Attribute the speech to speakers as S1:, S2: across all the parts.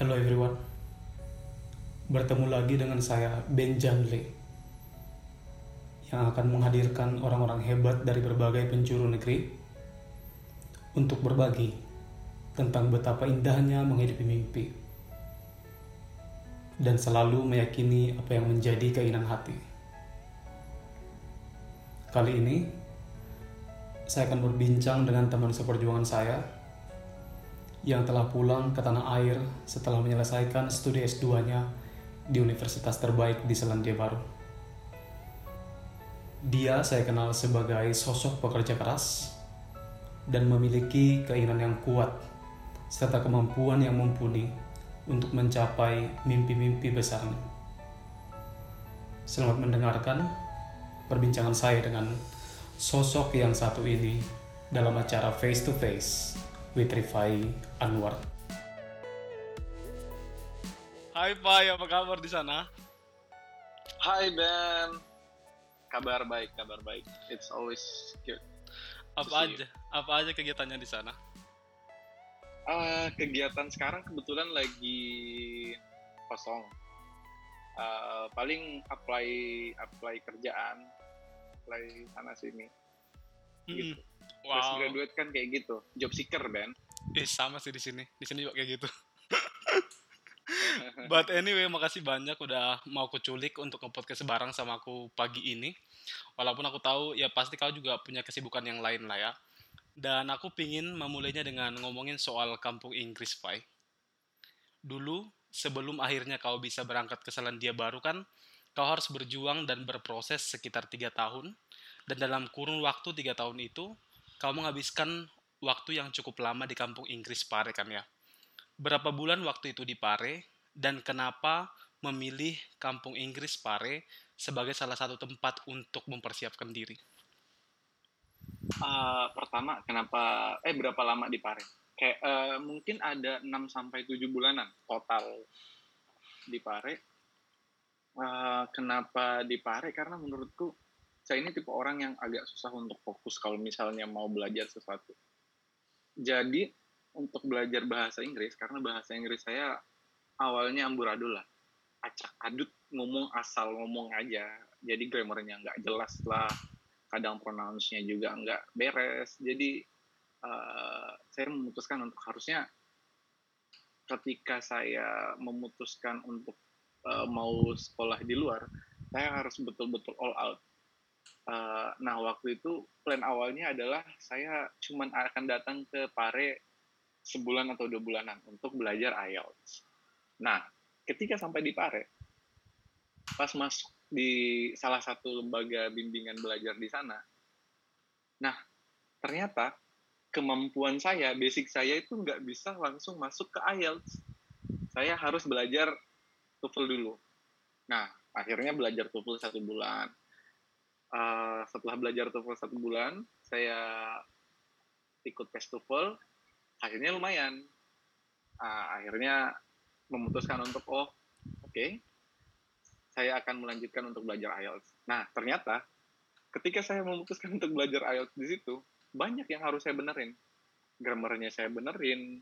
S1: Hello everyone, bertemu lagi dengan saya Ben Janle yang akan menghadirkan orang-orang hebat dari berbagai penjuru negeri untuk berbagi tentang betapa indahnya menghidupi mimpi dan selalu meyakini apa yang menjadi keinginan hati. Kali ini, saya akan berbincang dengan teman seperjuangan saya yang telah pulang ke tanah air setelah menyelesaikan studi S2-nya di universitas terbaik di Selandia Baru. Dia saya kenal sebagai sosok pekerja keras dan memiliki keinginan yang kuat serta kemampuan yang mumpuni untuk mencapai mimpi-mimpi besarnya. Selamat mendengarkan perbincangan saya dengan sosok yang satu ini dalam acara Face to Face with Rifai Anwar.
S2: Hai Pai, apa kabar di sana?
S3: Hai Ben, kabar baik, kabar baik. It's always good.
S2: Apa aja kegiatannya di sana?
S3: Kegiatan sekarang kebetulan lagi kosong. Paling apply kerjaan, apply sana sini. Gitu. Fresh
S2: Wow.
S3: graduate kan kayak gitu, job seeker Ben.
S2: Sama sih di sini. Di sini juga kayak gitu. But anyway, makasih banyak udah mau kuculik untuk nge-podcast bareng sama aku pagi ini. Walaupun aku tahu ya pasti kau juga punya kesibukan yang lain lah ya. Dan aku pingin memulainya dengan ngomongin soal kampung Inggris, Pai. Dulu, sebelum akhirnya kau bisa berangkat ke Selandia Baru kan, kau harus berjuang dan berproses sekitar 3 tahun. Dan dalam kurun waktu 3 tahun itu, kau menghabiskan waktu yang cukup lama di kampung Inggris Pare kan ya. Berapa bulan waktu itu di Pare, dan kenapa memilih kampung Inggris Pare sebagai salah satu tempat untuk mempersiapkan diri?
S3: Pertama, berapa lama di Pare? Kayak mungkin ada 6 sampai 7 bulanan total di Pare. Kenapa di Pare? Karena menurutku saya ini tipe orang yang agak susah untuk fokus kalau misalnya mau belajar sesuatu. Jadi untuk belajar bahasa Inggris, karena bahasa Inggris saya awalnya amburadul lah, acak adut, asal ngomong aja, jadi grammarnya nggak jelas lah, kadang pronounce-nya juga nggak beres. Jadi saya memutuskan untuk harusnya ketika saya memutuskan untuk mau sekolah di luar, saya harus betul-betul all out. Nah, waktu itu plan awalnya adalah saya cuma akan datang ke Pare sebulan atau 2 bulanan untuk belajar IELTS. Nah, ketika sampai di Pare, pas masuk di salah satu lembaga bimbingan belajar di sana, nah, ternyata kemampuan saya, basic saya itu nggak bisa langsung masuk ke IELTS. Saya harus belajar TOEFL dulu. Nah, akhirnya belajar TOEFL 1 bulan. Setelah belajar TOEFL 1 bulan, saya ikut tes TOEFL, hasilnya lumayan. Akhirnya memutuskan untuk, oke, saya akan melanjutkan untuk belajar IELTS. Nah, ternyata ketika saya memutuskan untuk belajar IELTS di situ, banyak yang harus saya benerin. Grammarnya saya benerin,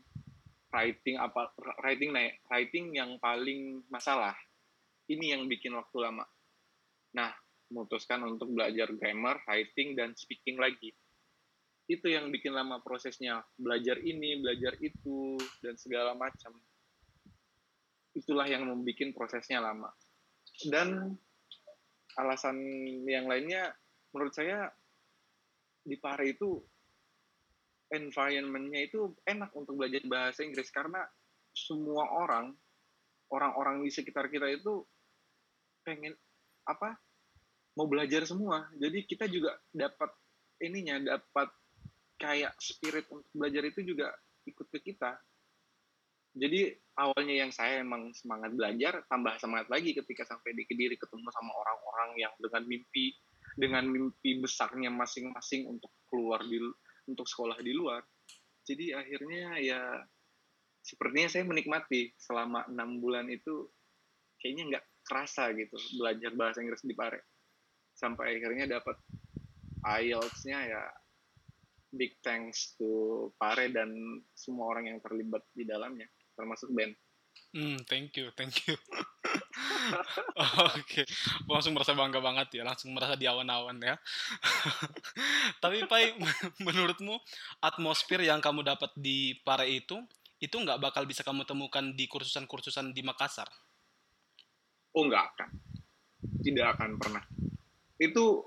S3: writing yang paling masalah. Ini yang bikin waktu lama. Nah, memutuskan untuk belajar grammar, writing, dan speaking lagi. Itu yang bikin lama prosesnya. Belajar ini, belajar itu, dan segala macam. Itulah yang membuat prosesnya lama. Dan alasan yang lainnya, menurut saya, di Pare itu, environment-nya itu enak untuk belajar bahasa Inggris. Karena semua orang-orang di sekitar kita itu pengen mau belajar semua. Jadi kita juga dapat kayak spirit untuk belajar itu juga ikut ke kita. Jadi awalnya yang saya emang semangat belajar, tambah semangat lagi ketika sampai di Kediri ketemu sama orang-orang yang dengan mimpi besarnya masing-masing untuk untuk sekolah di luar. Jadi akhirnya ya sepertinya saya menikmati selama 6 bulan itu, kayaknya nggak kerasa gitu belajar bahasa Inggris di Pare. Sampai akhirnya dapat IELTS-nya ya, big thanks to Pare dan semua orang yang terlibat di dalamnya, termasuk Ben.
S2: Thank you, thank you. Oke, aku langsung merasa bangga banget ya, langsung merasa di awan-awan ya. Tapi Pai, menurutmu atmosfer yang kamu dapat di Pare itu nggak bakal bisa kamu temukan di kursusan-kursusan di Makassar?
S3: Oh, nggak akan, tidak akan pernah. Itu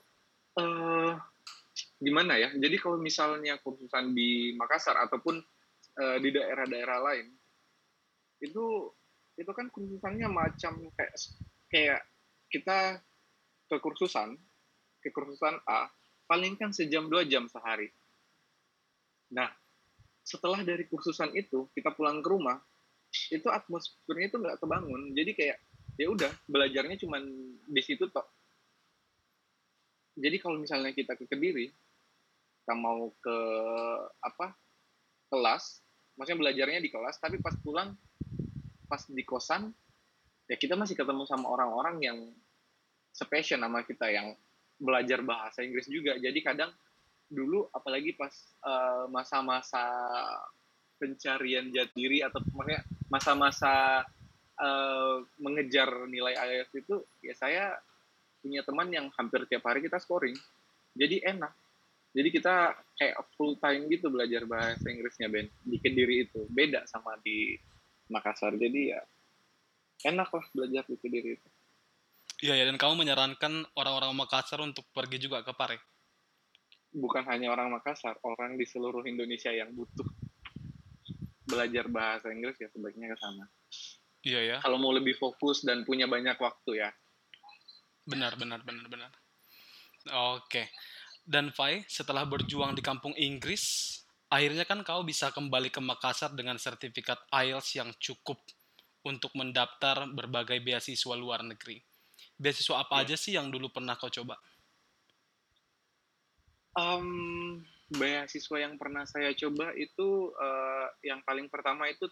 S3: gimana ya? Jadi kalau misalnya kursusan di Makassar ataupun di daerah-daerah lain, itu kan kursusannya macam kayak kita ke kursusan A paling kan sejam 2 jam sehari. Nah, setelah dari kursusan itu kita pulang ke rumah, itu atmosfernya itu nggak kebangun. Jadi kayak ya udah belajarnya cuman di situ toh. Jadi kalau misalnya kita ke Kediri, kita mau ke kelas, maksudnya belajarnya di kelas, tapi pas pulang, pas di kosan, ya kita masih ketemu sama orang-orang yang sepassion sama kita, yang belajar bahasa Inggris juga. Jadi kadang dulu, apalagi pas masa-masa pencarian jati diri atau makanya masa-masa mengejar nilai IELTS itu, ya saya punya teman yang hampir tiap hari kita scoring. Jadi enak. Jadi kita kayak full time gitu belajar bahasa Inggrisnya, Ben. Di Kediri itu. Beda sama di Makassar. Jadi ya enak lah belajar di Kediri itu.
S2: Iya ya, dan kamu menyarankan orang-orang Makassar untuk pergi juga ke Pare?
S3: Bukan hanya orang Makassar, orang di seluruh Indonesia yang butuh belajar bahasa Inggris ya sebaiknya ke sana.
S2: Iya ya,
S3: Kalau mau lebih fokus dan punya banyak waktu ya.
S2: benar. Oke. Dan Fai, setelah berjuang di kampung Inggris, akhirnya kan kau bisa kembali ke Makassar dengan sertifikat IELTS yang cukup untuk mendaftar berbagai beasiswa luar negeri. Beasiswa apa
S3: Ya.
S2: aja sih yang dulu pernah kau coba?
S3: Beasiswa yang pernah saya coba itu yang paling pertama itu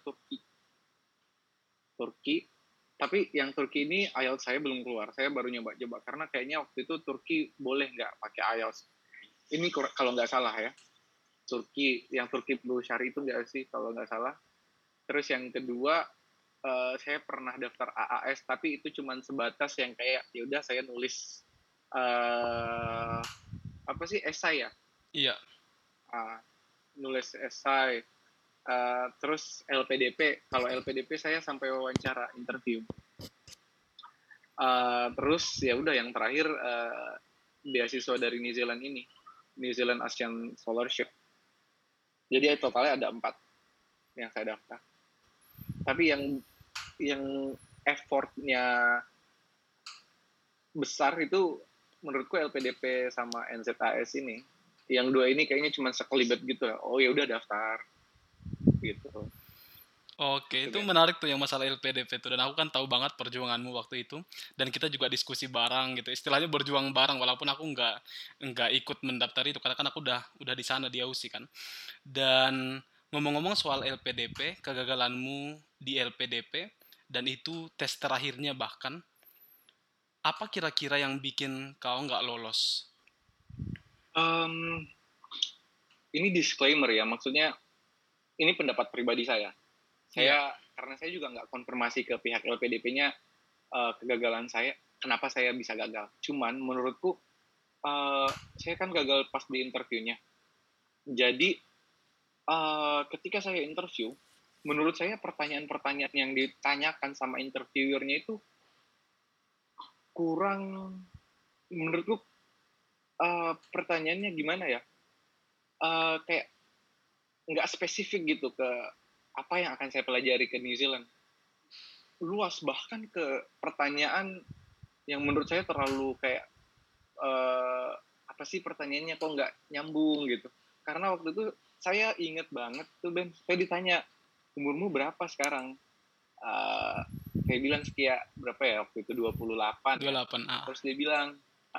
S3: Turki. Tapi yang Turki ini IELTS saya belum keluar. Saya baru nyoba-coba karena kayaknya waktu itu Turki boleh nggak pakai IELTS. Ini kalau nggak salah ya. Yang Turki Blue Syari itu nggak sih kalau nggak salah. Terus yang kedua saya pernah daftar AAS tapi itu cuma sebatas yang kayak ya udah saya nulis apa sih esai ya.
S2: Iya.
S3: Nulis esai. Terus LPDP, kalau LPDP saya sampai wawancara interview. Terus ya udah yang terakhir beasiswa dari New Zealand ini, New Zealand Asian Scholarship. Jadi totalnya ada 4 yang saya daftar. Tapi yang effortnya besar itu menurutku LPDP sama NZAS ini. Yang 2 ini kayaknya cuma sekelibet gitu. Oh ya udah daftar gitu.
S2: Oke,
S3: Gitu
S2: itu
S3: deh.
S2: menarik tuh yang masalah LPDP itu. Dan aku kan tahu banget perjuanganmu waktu itu. Dan kita juga diskusi bareng gitu. Istilahnya berjuang bareng walaupun aku nggak ikut mendaftar itu karena kan aku udah di sana di Aussie kan. Dan ngomong-ngomong soal LPDP, kegagalanmu di LPDP dan itu tes terakhirnya bahkan, apa kira-kira yang bikin kau nggak lolos?
S3: Ini disclaimer ya, maksudnya ini pendapat pribadi saya.
S2: Iya,
S3: Karena saya juga nggak konfirmasi ke pihak LPDP-nya kegagalan saya, kenapa saya bisa gagal. Cuman menurutku saya kan gagal pas di interviewnya. Jadi ketika saya interview, menurut saya pertanyaan-pertanyaan yang ditanyakan sama interviewernya itu kurang, menurutku pertanyaannya gimana ya, kayak nggak spesifik gitu ke apa yang akan saya pelajari ke New Zealand. Luas, bahkan ke pertanyaan yang menurut saya terlalu kayak apa sih pertanyaannya kok nggak nyambung gitu. Karena waktu itu saya inget banget tuh Ben, saya ditanya umurmu berapa sekarang. Saya bilang sekian berapa ya waktu itu 28 ya.
S2: 28.
S3: Terus dia bilang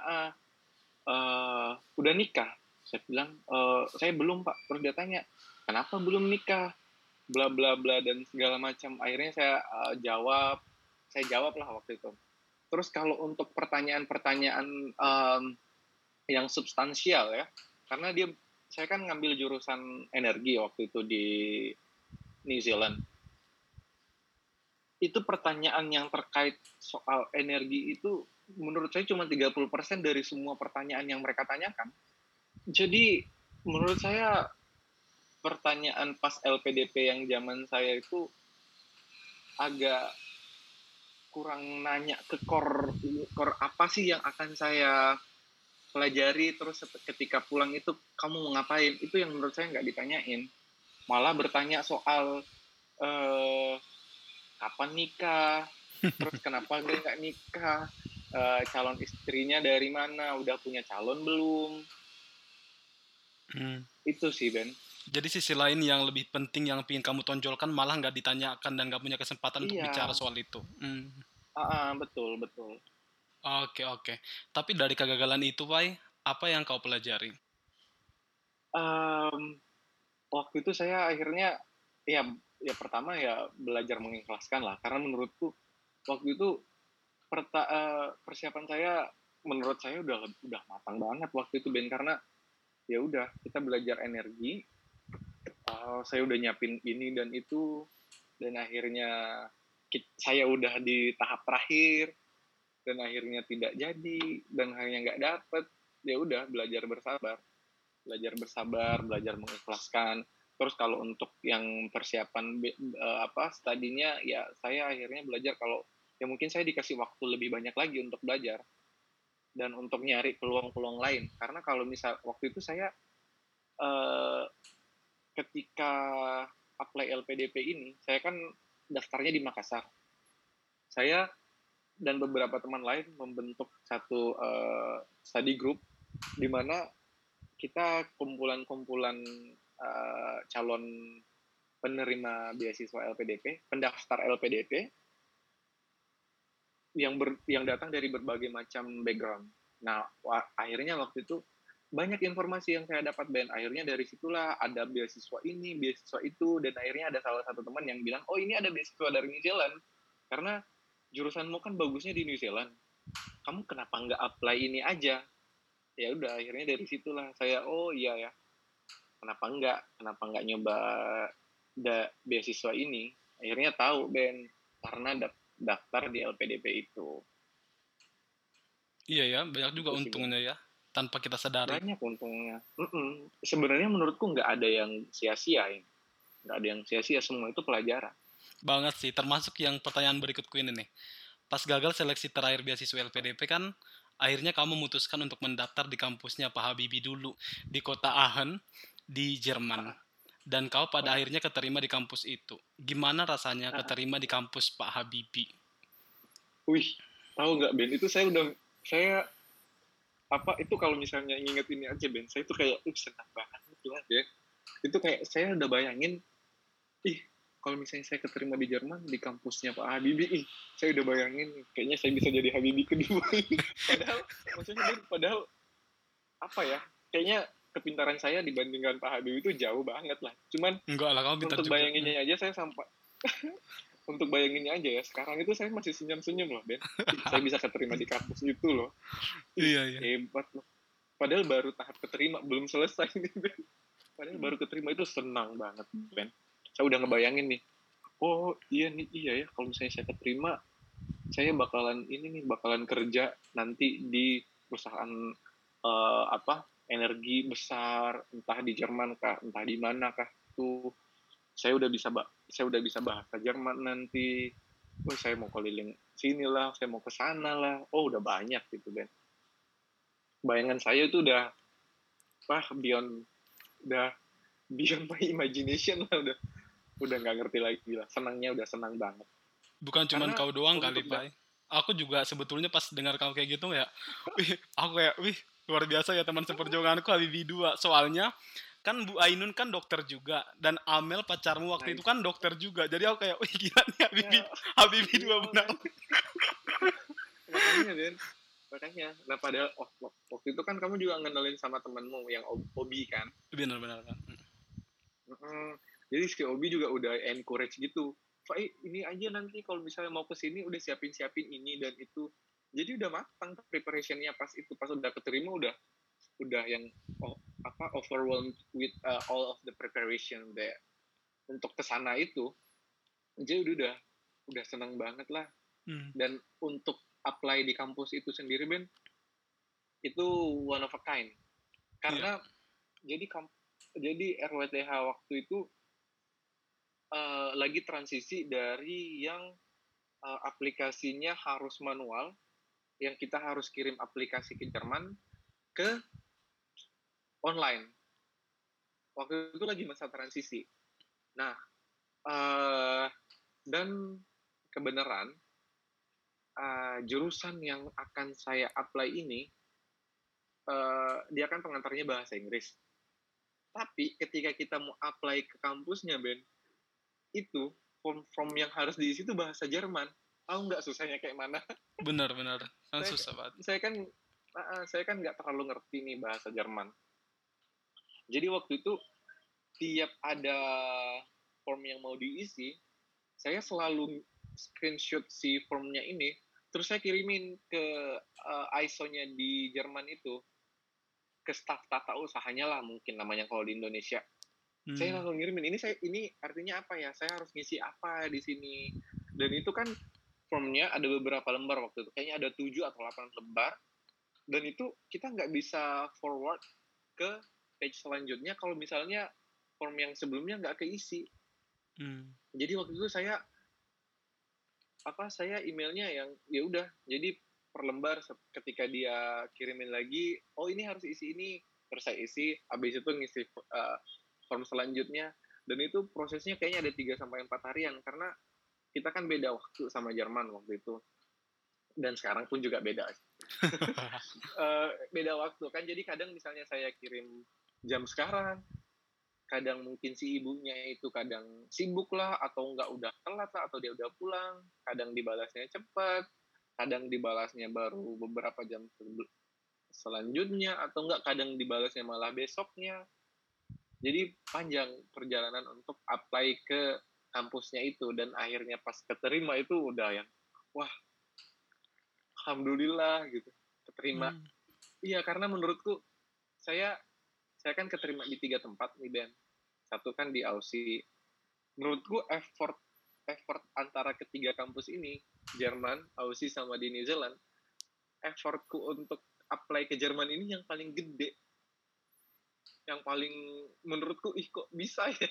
S3: udah nikah. Saya bilang saya belum Pak. Terus dia tanya kenapa belum nikah, bla bla bla dan segala macam. Akhirnya saya jawab lah waktu itu. Terus kalau untuk pertanyaan-pertanyaan yang substansial ya, karena saya kan ngambil jurusan energi waktu itu di New Zealand. itu pertanyaan yang terkait soal energi itu menurut saya cuma 30% dari semua pertanyaan yang mereka tanyakan. Jadi menurut saya pertanyaan pas LPDP yang zaman saya itu agak kurang nanya ke core apa sih yang akan saya pelajari, terus ketika pulang itu kamu mau ngapain, itu yang menurut saya nggak ditanyain. Malah bertanya soal kapan nikah, terus kenapa dia nggak nikah, calon istrinya dari mana, udah punya calon belum. Itu sih Ben.
S2: Jadi sisi lain yang lebih penting yang ingin kamu tonjolkan malah nggak ditanyakan dan nggak punya kesempatan untuk bicara soal itu.
S3: Betul.
S2: Oke. Tapi dari kegagalan itu, Pai, apa yang kau pelajari?
S3: Waktu itu saya akhirnya ya pertama ya belajar mengikhlaskan lah, karena menurutku waktu itu persiapan saya menurut saya udah matang banget waktu itu Ben, karena ya udah kita belajar energi, saya udah nyiapin ini dan itu, dan akhirnya saya udah di tahap terakhir dan akhirnya tidak jadi dan akhirnya nggak dapet. Ya udah belajar bersabar, belajar mengikhlaskan. Terus kalau untuk yang persiapan studinya, ya saya akhirnya belajar kalau ya mungkin saya dikasih waktu lebih banyak lagi untuk belajar dan untuk nyari peluang-peluang lain. Karena kalau misal waktu itu saya ketika apply LPDP ini, saya kan daftarnya di Makassar. Saya dan beberapa teman lain membentuk satu study group di mana kita kumpulan-kumpulan calon penerima beasiswa LPDP, pendaftar LPDP yang datang dari berbagai macam background. Nah, akhirnya waktu itu banyak informasi yang saya dapat, Ben. Akhirnya dari situlah ada beasiswa ini, beasiswa itu, dan akhirnya ada salah satu teman yang bilang, oh ini ada beasiswa dari New Zealand, karena jurusanmu kan bagusnya di New Zealand. Kamu kenapa nggak apply ini aja? Ya udah, akhirnya dari situlah saya, oh iya ya, kenapa nggak nyoba beasiswa ini? Akhirnya tahu, Ben, karena daftar di LPDP itu.
S2: Iya ya, banyak juga untungnya ya, tanpa kita sadari.
S3: Banyak untungnya. Sebenarnya menurutku nggak ada yang sia-sia ya. Nggak ada yang sia-sia, semua itu pelajaran.
S2: Banget sih, termasuk yang pertanyaan berikutku ini nih. Pas gagal seleksi terakhir beasiswa LPDP kan, akhirnya kamu memutuskan untuk mendaftar di kampusnya Pak Habibie dulu, di kota Aachen, di Jerman. Dan kau pada akhirnya keterima di kampus itu. Gimana rasanya keterima di kampus Pak Habibie?
S3: Wih, tahu nggak Ben? Itu itu kalau misalnya inget ini aja Ben, saya tuh kayak senang banget ya. Itu kayak saya udah bayangin, kalau misalnya saya keterima di Jerman di kampusnya Pak Habibie, saya udah bayangin kayaknya saya bisa jadi Habibie kedua. padahal apa ya? Kayaknya kepintaran saya dibandingkan Pak Habibie itu jauh banget lah. Cuman
S2: enggak lah, kamu pintar
S3: untuk
S2: juga.
S3: Bayanginnya aja saya sampai untuk bayanginnya aja ya, sekarang itu saya masih senyum-senyum loh, Ben. Saya bisa keterima di kampus itu loh.
S2: Iya.
S3: Hebat loh. Padahal baru tahap keterima, belum selesai nih, Ben. Padahal baru keterima itu senang banget, Ben. Saya udah ngebayangin nih, oh iya ya, kalau misalnya saya keterima, saya bakalan kerja nanti di perusahaan energi besar, entah di Jerman kah, entah di mana kah tuh. Saya udah bisa bahasa Jerman nanti. Saya mau keliling sini lah, saya mau ke sana lah. Oh, udah banyak gitu, Ben. Bayangan saya itu udah beyond my imagination lah, udah nggak ngerti lagi lah. Senangnya udah senang banget.
S2: Bukan cuma kau doang kali, Pak. Aku juga sebetulnya pas dengar kau kayak gitu ya, luar biasa ya teman seperjuanganku Habibie 2. Soalnya kan Bu Ainun kan dokter juga, dan Amel pacarmu waktu itu kan dokter juga. Jadi aku kayak, gila nih Habibie 2 benar.
S3: Makanya, Ben. Nah padahal waktu itu kan kamu juga ngenalin sama temenmu yang Obi kan.
S2: Benar.
S3: Jadi si Obi juga udah encourage gitu. Ini aja nanti kalau misalnya mau kesini udah siapin ini dan itu. Jadi udah matang preparationnya pas udah keterima udah yang overwhelmed with all of the preparation there untuk kesana itu. Jadi udah udah seneng banget lah.
S2: Hmm.
S3: Dan untuk apply di kampus itu sendiri, Ben, itu one of a kind.
S2: Iya.
S3: Karena jadi RWTH waktu itu lagi transisi dari yang aplikasinya harus manual, yang kita harus kirim aplikasi ke Jerman, ke online. Waktu itu lagi masa transisi. Nah, dan kebenaran jurusan yang akan saya apply ini, dia kan pengantarnya bahasa Inggris. Tapi ketika kita mau apply ke kampusnya, Ben, itu form yang harus diisi itu bahasa Jerman. Tahu nggak susahnya kayak mana?
S2: Benar-benar kan
S3: saya,
S2: susah banget.
S3: saya kan nggak terlalu ngerti nih bahasa Jerman. Jadi waktu itu tiap ada form yang mau diisi, saya selalu screenshot si formnya ini, terus saya kirimin ke ISO-nya di Jerman itu, ke staf tata usahanya lah mungkin namanya kalau di Indonesia. Saya langsung ngirimin, ini artinya apa ya? Saya harus ngisi apa di sini? Dan itu kan formnya ada beberapa lembar waktu itu. Kayaknya ada 7 atau 8 lembar. Dan itu kita nggak bisa forward ke page selanjutnya kalau misalnya form yang sebelumnya nggak keisi. Jadi waktu itu saya emailnya yang ya udah, jadi per lembar ketika dia kirimin lagi, oh ini harus isi ini, terus saya isi, habis itu ngisi form selanjutnya. Dan itu prosesnya kayaknya ada 3-4 harian karena kita kan beda waktu sama Jerman waktu itu. Dan sekarang pun juga beda. Beda waktu kan, jadi kadang misalnya saya kirim jam sekarang, kadang mungkin si ibunya itu kadang sibuk lah, atau nggak udah telat lah, atau dia udah pulang, kadang dibalasnya cepat, kadang dibalasnya baru beberapa jam selanjutnya, atau nggak kadang dibalasnya malah besoknya. Jadi panjang perjalanan untuk apply ke kampusnya itu, dan akhirnya pas keterima itu udah yang wah, alhamdulillah gitu, keterima. Iya, karena menurutku saya kan keterima di 3 tempat nih, Ben. Satu kan di Aussie. Menurutku effort antara ketiga kampus ini, Jerman, Aussie, sama di New Zealand, effortku untuk apply ke Jerman ini yang paling gede. Yang paling menurutku, kok bisa ya?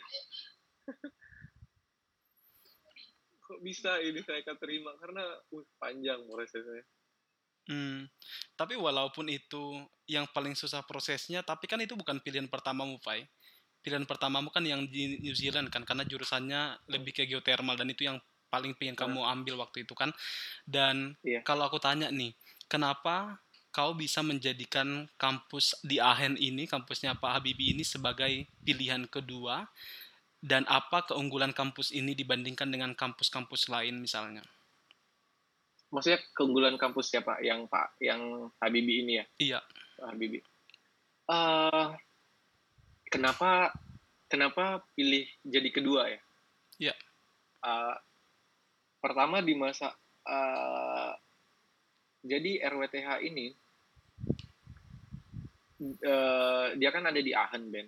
S3: Kok bisa ini saya keterima? Karena panjang prosesnya.
S2: Tapi walaupun itu yang paling susah prosesnya, tapi kan itu bukan pilihan pertamamu, Pai. Pilihan pertamamu kan yang di New Zealand kan, karena jurusannya lebih ke geothermal, dan itu yang paling pengen kamu ambil waktu itu kan. Dan kalau aku tanya nih, kenapa kau bisa menjadikan kampus di Aachen ini, kampusnya Pak Habibie ini, sebagai pilihan kedua, dan apa keunggulan kampus ini dibandingkan dengan kampus-kampus lain misalnya?
S3: Maksudnya keunggulan kampus siapa? Yang Habibie ini ya?
S2: Iya.
S3: Habibie. Kenapa pilih jadi kedua ya?
S2: Iya.
S3: Pertama di masa jadi RWTH ini dia kan ada di Aachen, Ben.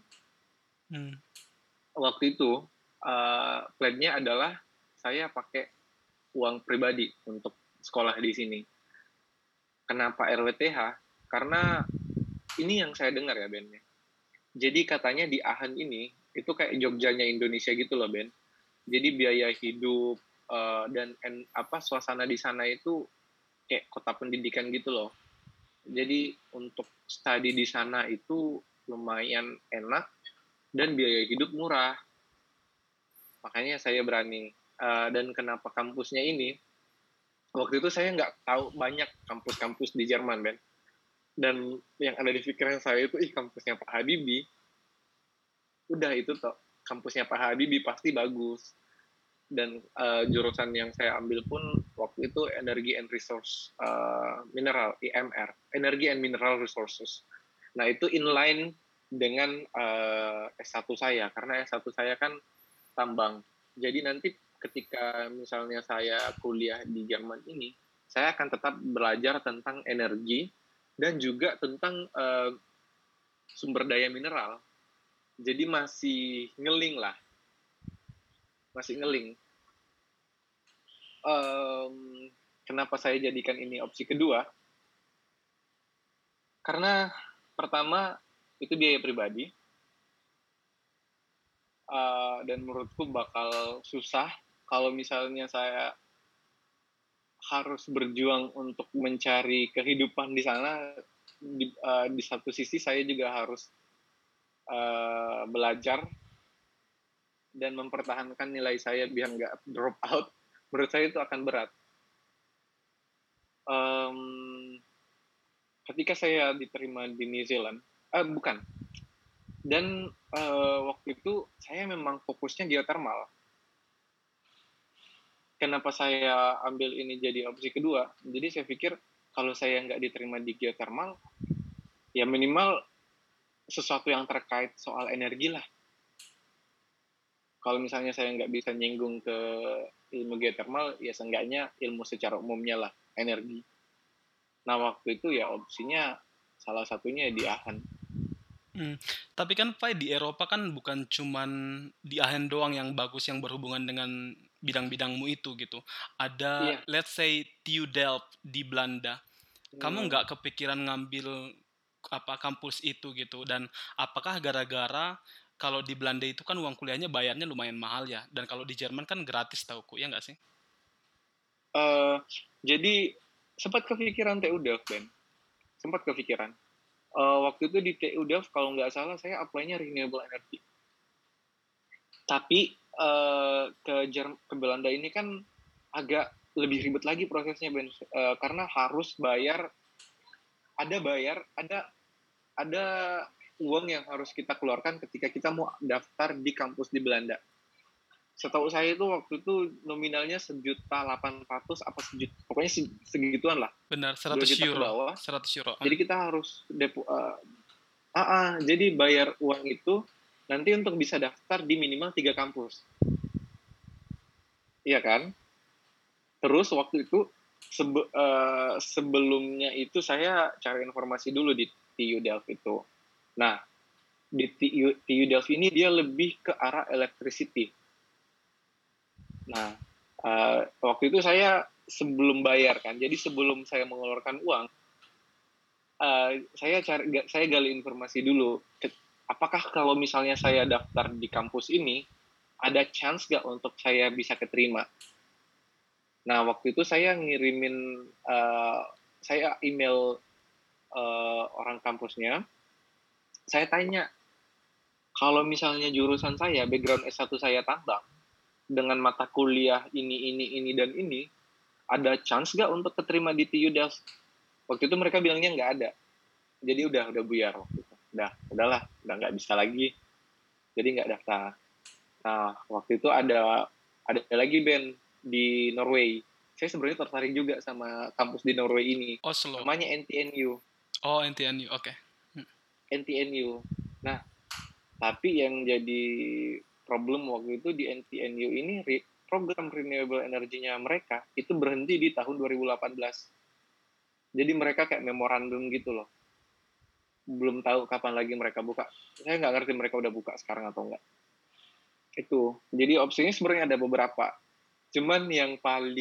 S3: Waktu itu plan-nya adalah saya pakai uang pribadi untuk sekolah di sini. Kenapa RWTH? Karena ini yang saya dengar ya, Ben. Jadi katanya di Aachen ini itu kayak Jogjanya Indonesia gitu loh, Ben. Jadi biaya hidup dan suasana di sana itu kayak kota pendidikan gitu loh. Jadi untuk studi di sana itu lumayan enak dan biaya hidup murah. Makanya saya berani. Dan kenapa kampusnya ini? Waktu itu saya nggak tahu banyak kampus-kampus di Jerman, Ben. Dan yang ada di pikiran saya itu, kampusnya Pak Habibie. Udah itu toh, kampusnya Pak Habibie pasti bagus. Dan jurusan yang saya ambil pun waktu itu Energy and Resource Mineral, EMR, Energy and Mineral Resources. Nah itu inline dengan S1 saya, karena S1 saya kan tambang. Jadi nanti ketika misalnya saya kuliah di Jerman ini, saya akan tetap belajar tentang energi dan juga tentang sumber daya mineral. Jadi masih ngeling lah. Masih ngeling. kenapa saya jadikan ini opsi kedua? Karena pertama itu biaya pribadi, dan menurutku bakal susah kalau misalnya saya harus berjuang untuk mencari kehidupan di sana. Di satu sisi saya juga harus belajar dan mempertahankan nilai saya biar nggak drop out. Menurut saya itu akan berat. Ketika saya diterima di New Zealand, bukan. Dan waktu itu saya memang fokusnya geothermal. Kenapa saya ambil ini jadi opsi kedua? Jadi saya pikir kalau saya nggak diterima di geothermal, ya minimal sesuatu yang terkait soal energi lah. Kalau misalnya saya nggak bisa nyinggung ke ilmu geothermal, ya seenggaknya ilmu secara umumnya lah, energi. Nah, waktu itu ya opsinya salah satunya di Aachen.
S2: Tapi kan Pak, di Eropa kan bukan cuman di Aachen doang yang bagus yang berhubungan dengan bidang-bidangmu itu gitu. Ada,
S3: Iya.
S2: let's say, TU Delft di Belanda. Kamu nggak kepikiran ngambil kampus itu gitu? Dan apakah gara-gara kalau di Belanda itu kan uang kuliahnya bayarnya lumayan mahal ya? Dan kalau di Jerman kan gratis tauku, ya nggak sih?
S3: Jadi sempat kepikiran TU Delft, Ben. Sempat kepikiran. Waktu itu di TU Delft kalau nggak salah saya apply-nya renewable energy. Tapi ke Belanda ini kan agak lebih ribet lagi prosesnya, Ben. Karena harus bayar, ada uang yang harus kita keluarkan ketika kita mau daftar di kampus di Belanda. Setahu saya itu waktu itu nominalnya 1.800.000 apa sejuta, pokoknya segituan lah.
S2: Benar,
S3: 2
S2: 100
S3: juta ke
S2: euro.
S3: bawah.
S2: 100 euro.
S3: Jadi kita harus jadi bayar uang itu nanti untuk bisa daftar di minimal 3 kampus. Iya kan? Terus waktu itu sebelumnya itu saya cari informasi dulu di TU Delft itu. Nah, di TU Delft ini dia lebih ke arah electricity. Nah, waktu itu saya sebelum bayar kan, jadi sebelum saya mengeluarkan uang, saya gali informasi dulu. Apakah kalau misalnya saya daftar di kampus ini, ada chance nggak untuk saya bisa keterima? Nah, waktu itu saya saya email orang kampusnya, saya tanya, kalau misalnya jurusan saya, background S1 saya tambang, dengan mata kuliah ini, dan ini, ada chance nggak untuk keterima di TU Delft? Waktu itu mereka bilangnya nggak ada. Jadi udah buyar waktu itu. Udahlah, udah nggak bisa lagi. Jadi nggak daftar. Nah, waktu itu ada lagi band di Norway. Saya sebenarnya tertarik juga sama kampus di Norway ini.
S2: Oslo.
S3: Namanya NTNU.
S2: Oh, NTNU, oke.
S3: NTNU. Nah, tapi yang jadi problem waktu itu di NTNU ini, program renewable energy-nya mereka itu berhenti di tahun 2018. Jadi mereka kayak memorandum gitu loh. Belum tahu kapan lagi mereka buka. Saya nggak ngerti mereka udah buka sekarang atau enggak. Itu. Jadi opsinya sebenarnya ada beberapa. Cuman yang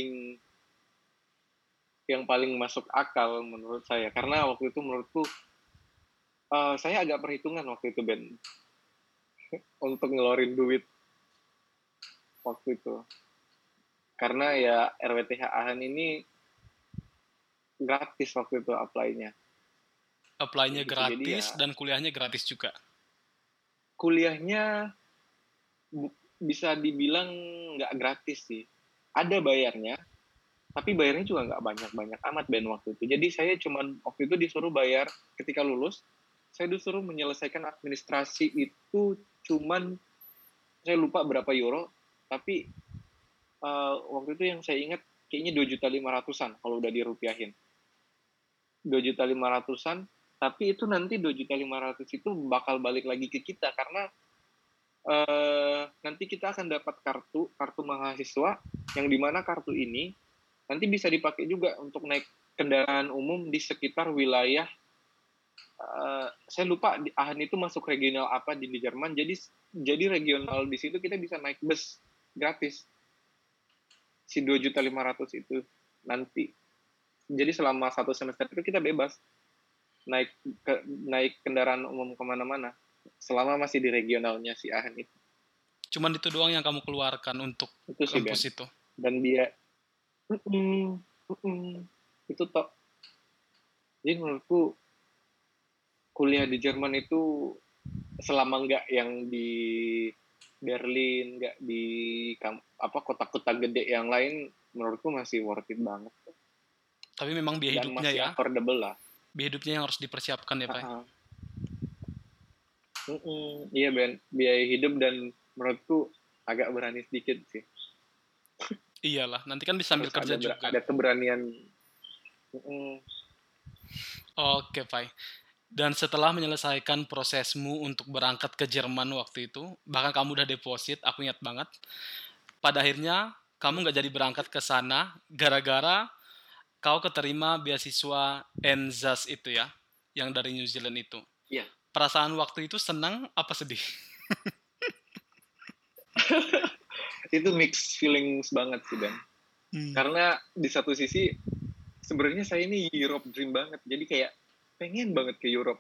S3: paling masuk akal menurut saya. Karena waktu itu menurutku, saya agak perhitungan waktu itu, Ben. Untuk ngeluarin duit waktu itu. Karena ya RWTH Aachen ini gratis waktu itu apply-nya.
S2: Apply-nya
S3: gitu,
S2: gratis dan kuliahnya gratis juga.
S3: Kuliahnya bisa dibilang nggak gratis sih. Ada bayarnya, tapi bayarnya juga nggak banyak-banyak amat Ben waktu itu. Jadi saya waktu itu disuruh bayar ketika lulus, saya disuruh menyelesaikan administrasi itu cuman, saya lupa berapa euro, tapi waktu itu yang saya ingat kayaknya 2.500.000 kalau udah dirupiahin. 2.500.000, tapi itu nanti 2.500.000 itu bakal balik lagi ke kita karena nanti kita akan dapat kartu mahasiswa yang dimana kartu ini nanti bisa dipakai juga untuk naik kendaraan umum di sekitar wilayah. Saya lupa di Aachen itu masuk regional apa di Jerman. Jadi regional di situ kita bisa naik bus gratis. si 2.500.000 itu nanti. Jadi selama 1 semester itu kita bebas naik kendaraan umum kemana-mana selama masih di regionalnya si AHEN itu.
S2: Cuman itu doang yang kamu keluarkan untuk
S3: Itu sih, Ben.
S2: kampus itu.
S3: Dan dia itu toh. Jadi menurutku kuliah di Jerman itu selama nggak yang di Berlin, nggak di kota-kota gede yang lain, menurutku masih worth it banget.
S2: Tapi memang biaya
S3: Dan
S2: hidupnya
S3: masih
S2: ya.
S3: affordable lah.
S2: Biaya hidupnya yang harus dipersiapkan ya, Pak.
S3: Iya, Ben. Biaya hidup dan menurutku agak berani sedikit sih.
S2: Iyalah, nanti kan bisa sambil
S3: Harus
S2: kerja juga.
S3: Ada keberanian.
S2: Oke, Pak. Dan setelah menyelesaikan prosesmu untuk berangkat ke Jerman waktu itu, bahkan kamu udah deposit, aku ingat banget. Pada akhirnya, kamu nggak jadi berangkat ke sana gara-gara kau keterima beasiswa NZAS itu ya, yang dari New Zealand itu.
S3: Iya.
S2: Perasaan waktu itu senang apa sedih?
S3: Itu mixed feelings banget sih, Ben. Karena di satu sisi sebenarnya saya ini Europe dream banget. Jadi kayak pengen banget ke Europe.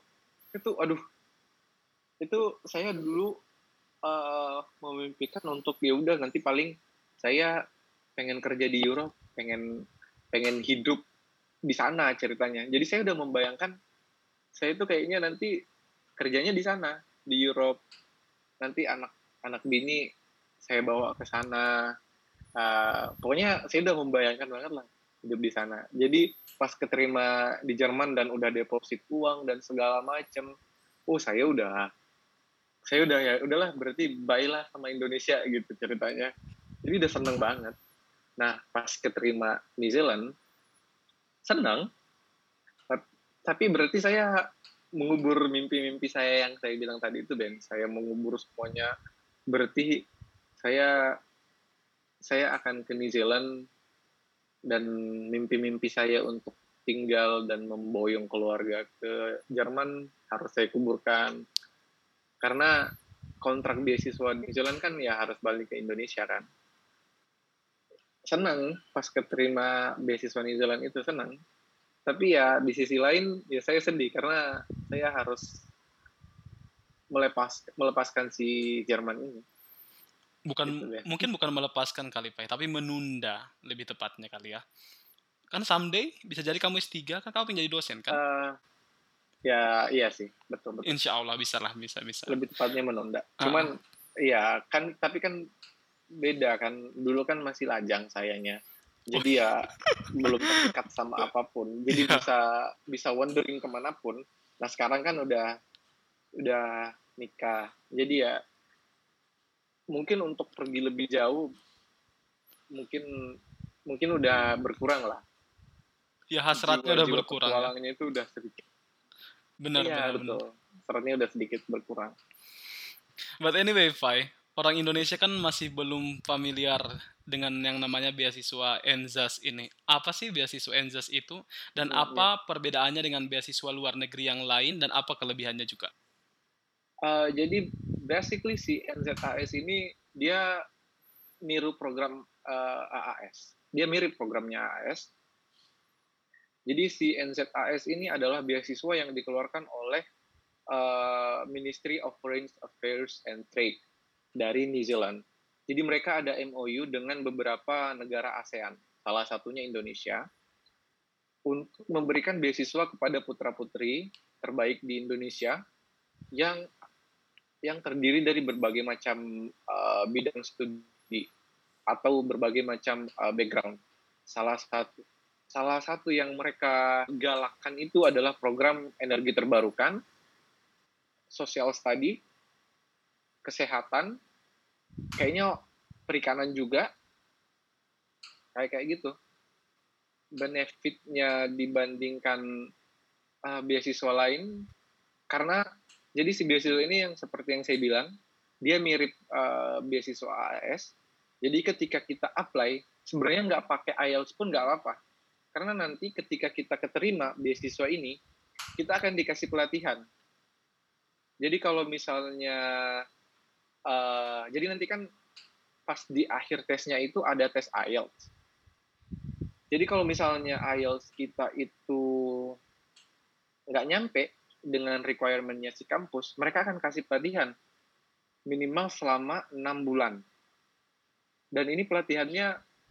S3: Itu saya dulu memimpikan untuk ya udah nanti paling saya pengen kerja di Europe, pengen hidup di sana ceritanya. Jadi saya udah membayangkan saya itu kayaknya nanti kerjanya di sana, di Europe. Nanti anak bini saya bawa ke sana. Pokoknya saya udah membayangkan banget lah hidup di sana. Jadi pas keterima di Jerman dan udah deposit uang dan segala macem, saya ya udahlah berarti bye lah sama Indonesia gitu ceritanya. Jadi udah seneng banget. Nah pas keterima New Zealand seneng, tapi berarti saya mengubur mimpi-mimpi saya yang saya bilang tadi itu, Ben. Saya mengubur semuanya. Berarti saya akan ke New Zealand dan mimpi-mimpi saya untuk tinggal dan memboyong keluarga ke Jerman harus saya kuburkan. Karena kontrak beasiswa di New Zealand kan ya harus balik ke Indonesia kan. Senang pas keterima beasiswa New Zealand itu, senang. Tapi ya di sisi lain ya saya sedih karena saya harus melepaskan si Jerman ini.
S2: Mungkin bukan melepaskan kali Pak, tapi menunda lebih tepatnya kali ya. Kan someday bisa jadi kamu S3 kan, kamu pengen jadi dosen kan?
S3: Ya iya sih, betul.
S2: Insya Allah bisa.
S3: Lebih tepatnya menunda. Cuman ya kan, tapi kan beda kan. Dulu kan masih lajang sayanya. Jadi ya belum terikat sama apapun. Jadi bisa wandering kemanapun. Nah sekarang kan udah nikah. Jadi ya mungkin untuk pergi lebih jauh mungkin udah berkurang lah.
S2: Ya hasratnya udah berkurang.
S3: Petualangnya itu udah sedikit.
S2: Benar.
S3: Betul. Hasratnya udah sedikit berkurang.
S2: But anyway, Fai, orang Indonesia kan masih belum familiar dengan yang namanya beasiswa NZAS ini. Apa sih beasiswa NZAS itu? Dan apa perbedaannya dengan beasiswa luar negeri yang lain dan apa kelebihannya juga?
S3: Jadi basically si NZAS ini dia niru program AAS. Dia mirip programnya AAS. Jadi si NZAS ini adalah beasiswa yang dikeluarkan oleh Ministry of Foreign Affairs and Trade dari New Zealand. Jadi mereka ada MOU dengan beberapa negara ASEAN, salah satunya Indonesia, untuk memberikan beasiswa kepada putra-putri terbaik di Indonesia yang terdiri dari berbagai macam bidang studi atau berbagai macam background. Salah satu yang mereka galakkan itu adalah program energi terbarukan, social study, kesehatan, kayaknya perikanan juga, kayak gitu. Benefitnya dibandingkan beasiswa lain, karena jadi si beasiswa ini yang seperti yang saya bilang, dia mirip beasiswa AAS. Jadi ketika kita apply, sebenarnya nggak pakai IELTS pun nggak apa-apa. Karena nanti ketika kita keterima beasiswa ini, kita akan dikasih pelatihan. Jadi kalau misalnya, jadi nanti kan pas di akhir tesnya itu ada tes IELTS. Jadi kalau misalnya IELTS kita itu nggak nyampe dengan requirement-nya si kampus, mereka akan kasih pelatihan minimal selama 6 bulan. Dan ini pelatihannya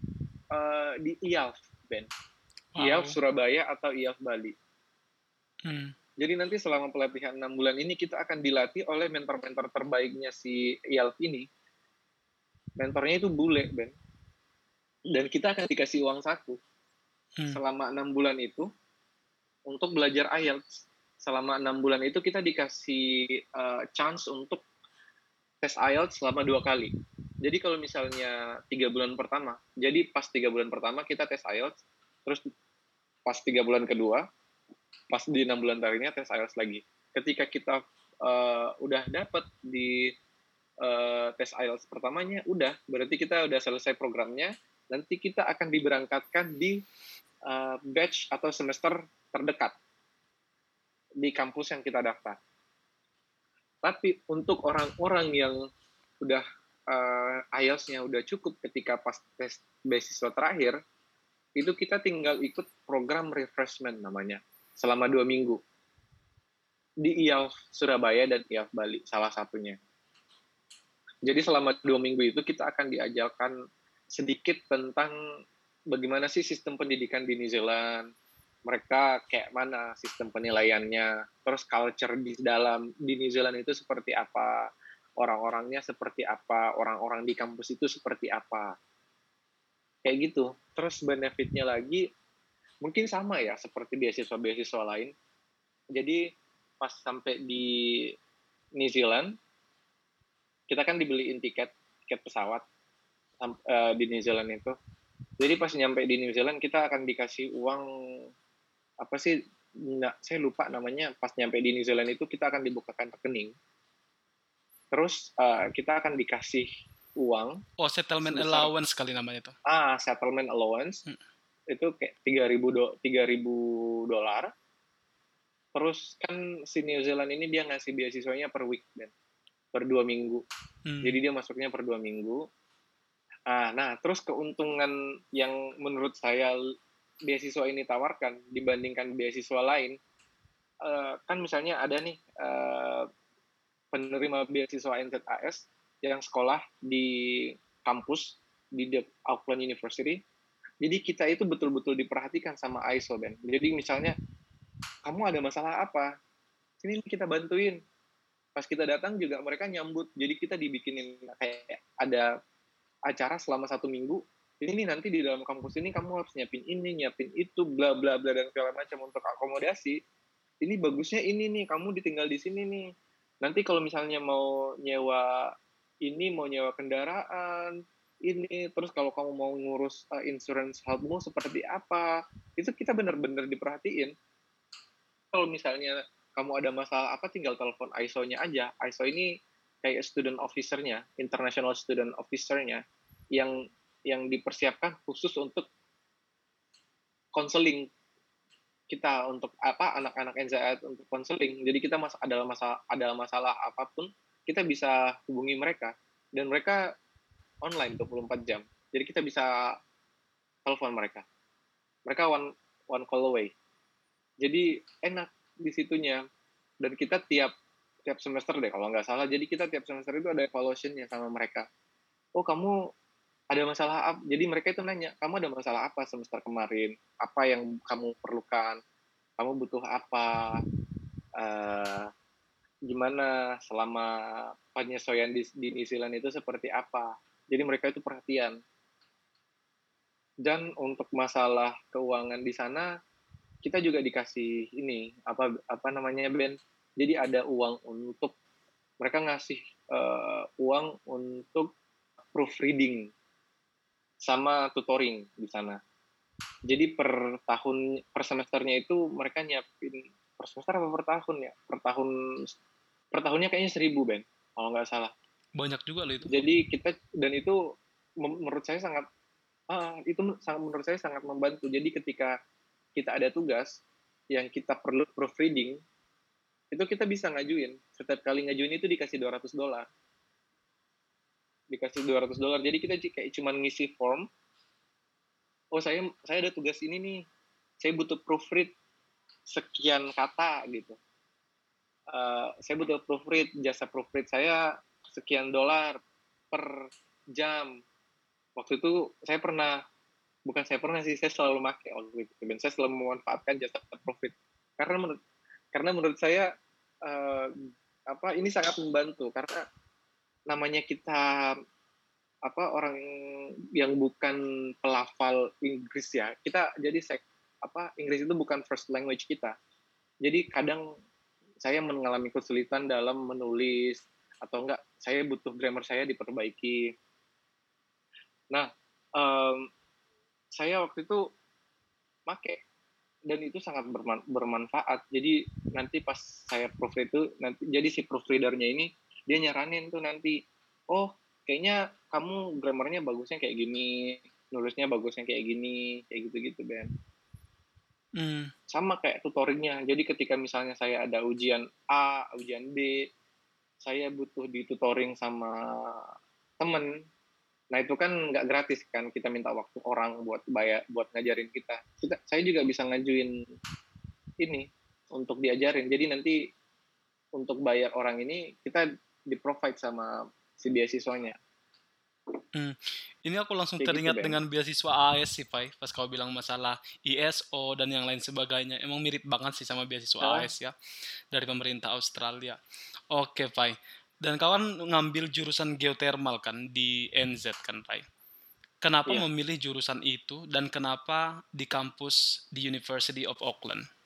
S3: di IELTS, Ben. IELTS Surabaya atau IELTS Bali. Jadi nanti selama pelatihan 6 bulan ini kita akan dilatih oleh mentor-mentor terbaiknya si IELTS ini. Mentornya itu bule, Ben. Dan kita akan dikasih uang saku selama 6 bulan itu untuk belajar IELTS. Selama 6 bulan itu kita dikasih chance untuk tes IELTS selama 2 kali. Jadi kalau misalnya 3 bulan pertama, jadi pas 3 bulan pertama kita tes IELTS, terus pas 3 bulan kedua, pas di 6 bulan terakhirnya tes IELTS lagi. Ketika kita udah dapat di tes IELTS pertamanya, udah, berarti kita udah selesai programnya, nanti kita akan diberangkatkan di batch atau semester terdekat di kampus yang kita daftar. Tapi untuk orang-orang yang udah IELTS-nya udah cukup ketika pas tes beasiswa terakhir, itu kita tinggal ikut program refreshment namanya, selama 2 minggu. Di IELTS Surabaya dan IELTS Bali, salah satunya. Jadi selama 2 minggu itu kita akan diajarkan sedikit tentang bagaimana sih sistem pendidikan di New Zealand, mereka kayak mana sistem penilaiannya, terus culture di New Zealand itu seperti apa, orang-orangnya seperti apa, orang-orang di kampus itu seperti apa. Kayak gitu. Terus benefitnya lagi, mungkin sama ya, seperti beasiswa-beasiswa lain. Jadi, pas sampai di New Zealand, kita kan dibeliin tiket pesawat di New Zealand itu. Jadi pas nyampe di New Zealand, kita akan dikasih uang, apa sih, saya lupa namanya, pas nyampe di New Zealand itu kita akan dibukakan rekening. Terus kita akan dikasih uang.
S2: Settlement allowance kali namanya itu.
S3: Settlement allowance. Itu kayak $3,000. Terus kan si New Zealand ini dia ngasih beasiswanya per week, Ben. Per 2 minggu. Jadi dia masuknya per 2 minggu. Nah, terus keuntungan yang menurut saya beasiswa ini tawarkan dibandingkan beasiswa lain, kan misalnya ada nih penerima beasiswa NZAS yang sekolah di kampus di The Auckland University. Jadi kita itu betul-betul diperhatikan sama ISO, Ben. Jadi misalnya kamu ada masalah apa? Sini kita bantuin. Pas kita datang juga mereka nyambut. Jadi kita dibikinin kayak ada acara selama 1 minggu. Ini nanti di dalam kampus ini kamu harus nyiapin ini, nyiapin itu, bla bla bla dan segala macam untuk akomodasi. Ini bagusnya ini nih, kamu ditinggal di sini nih. Nanti kalau misalnya mau nyewa ini, mau nyewa kendaraan, ini, terus kalau kamu mau ngurus insurance healthmu seperti apa, itu kita benar-benar diperhatiin. Kalau misalnya kamu ada masalah apa, tinggal telepon ISO-nya aja. ISO ini kayak student officer-nya, international student officer-nya, yang dipersiapkan khusus untuk konseling kita, untuk anak-anak NZAS untuk konseling. Jadi kita ada masalah apapun, kita bisa hubungi mereka, dan mereka online 24 jam. Jadi kita bisa telepon mereka. Mereka one call away. Jadi enak di situnya. Dan kita tiap semester deh kalau nggak salah. Jadi kita tiap semester itu ada evaluation-nya sama mereka. Oh, kamu ada masalah apa? Jadi mereka itu nanya, kamu ada masalah apa semester kemarin? Apa yang kamu perlukan? Kamu butuh apa? Gimana selama penyesuaian di New Zealand itu seperti apa? Jadi mereka itu perhatian. Dan untuk masalah keuangan di sana, kita juga dikasih ini, apa namanya, Ben? Jadi ada uang untuk, mereka ngasih uang untuk proofreading sama tutoring di sana. Jadi per semesternya itu mereka nyiapin, per semester apa per tahun ya? Per tahunnya kayaknya 1.000, Ben, kalau nggak salah.
S2: Banyak juga loh itu.
S3: Jadi kita, dan itu menurut saya sangat membantu. Jadi ketika kita ada tugas yang kita perlu proofreading, itu kita bisa ngajuin. Setiap kali ngajuin itu dikasih $200. Jadi kita kayak cuma ngisi form, oh saya ada tugas ini nih, saya butuh proofread sekian kata gitu. Saya butuh proofread, jasa proofread saya sekian dolar per jam. Waktu itu saya selalu pakai waktu itu, dan saya selalu memanfaatkan jasa proofread karena menurut saya ini sangat membantu, karena namanya kita orang yang bukan pelafal Inggris ya, kita jadi Inggris itu bukan first language kita, jadi kadang saya mengalami kesulitan dalam menulis, atau enggak saya butuh grammar saya diperbaiki. Nah, saya waktu itu pakai, dan itu sangat bermanfaat. Jadi nanti pas saya proofread itu, jadi si proofreadernya ini dia nyaranin tuh nanti, oh kayaknya kamu grammarnya bagusnya kayak gini, nulisnya bagusnya kayak gini, kayak gitu-gitu, Ben. Sama kayak tutoringnya. Jadi ketika misalnya saya ada ujian A, ujian B, saya butuh ditutoring sama temen. Nah itu kan nggak gratis kan, kita minta waktu orang buat ngajarin kita. Saya juga bisa ngajuin ini untuk diajarin. Jadi nanti untuk bayar orang ini kita di-provide sama si beasiswanya.
S2: Ini aku langsung
S3: Kayak
S2: teringat
S3: gitu, Ben.
S2: dengan beasiswa AS sih, Pai. Pas kau bilang masalah ISO dan yang lain sebagainya. Emang mirip banget sih sama beasiswa AS ya, dari pemerintah Australia. Oke, Pai. Dan kawan ngambil jurusan geothermal kan di NZ kan, Pai. Kenapa
S3: Iya.
S2: memilih jurusan itu dan kenapa di kampus di University of Auckland?